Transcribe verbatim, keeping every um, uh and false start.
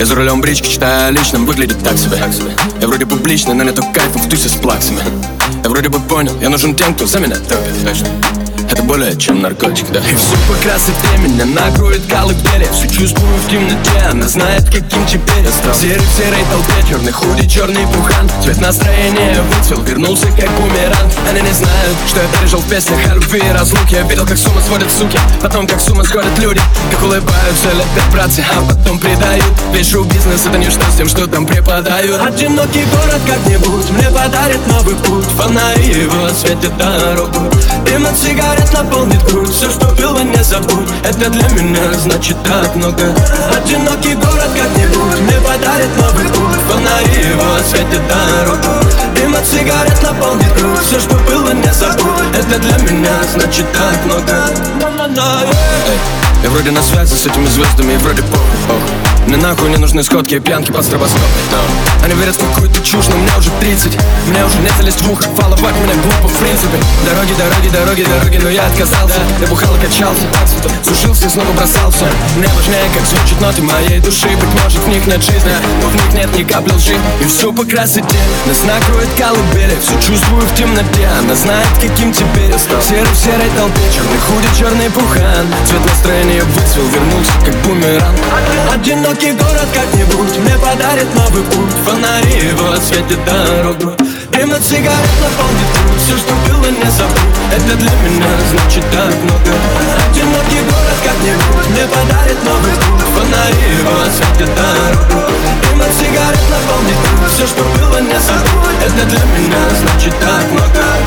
Я за рулем брички, читаю о личном, выглядит так себе. Я вроде публичный, но нету кайфа в тусе с плаксами. Я вроде бы понял, я нужен тем, кто за меня топит, точно. Это более чем наркотик, да. И всю по красоте меня накроет колыбели. Все чувствую в темноте, она знает, каким теперь я стал. Серый в серой толпе, черный худи, черный пухан. Цвет настроения выцвел, вернулся как бумеранг. Они не знают, что я пережил в песнях о любви и разлуке. Я видел, как с ума сводят суки, потом как с ума сходят люди. Как улыбаются, лепят братцы, а потом предают. Весь шоу-бизнес — это ничто с тем, что там преподают. Одинокий город как-нибудь мне подарит новый путь. Фонари его осветят дорогу. Дым от сигарет наполнит грудь. Все, что было, не забудь. Это для меня значит так много. Одинокий город как-нибудь мне подарит новый путь. Фонари его осветят дорогу. Дым от сигарет наполнит грудь. Все, что было, не забудь. Это для меня значит так много. Эй, я вроде на связи с этими звездами и вроде похуй. Мне нахуй не нужны сходки и пьянки под стробоскоп, no. Они верят в какую-то чушь, но мне уже тридцать. Мне уже не залезть в ухо, фолловать меня глупо в принципе. Дороги, дороги, дороги, дороги, но я отказался. Я бухал и качался, сушился и снова бросался. Мне важнее, как звучат ноты моей души. Быть может, в них нет жизни, но в них нет ни капли лжи. И все по красоте нас накроет колыбели. Все чувствую в темноте, она знает, каким теперь я стал. Серый в серой толпе, черный худи, черный пухан. Цвет настроения выцвел, вернулся как бумеранг. Одинокий город как-нибудь мне подарит новый путь. Фонари его осветят дорогу. Дым от сигарет наполнит грудь. Все, что было, не забудь. Это для меня значит так много. Одинокий город как-нибудь мне подарит новый путь. Фонари его осветят дорогу. Дым от сигарет наполнит грудь. Все, что было, не забудь. Это для меня значит так много.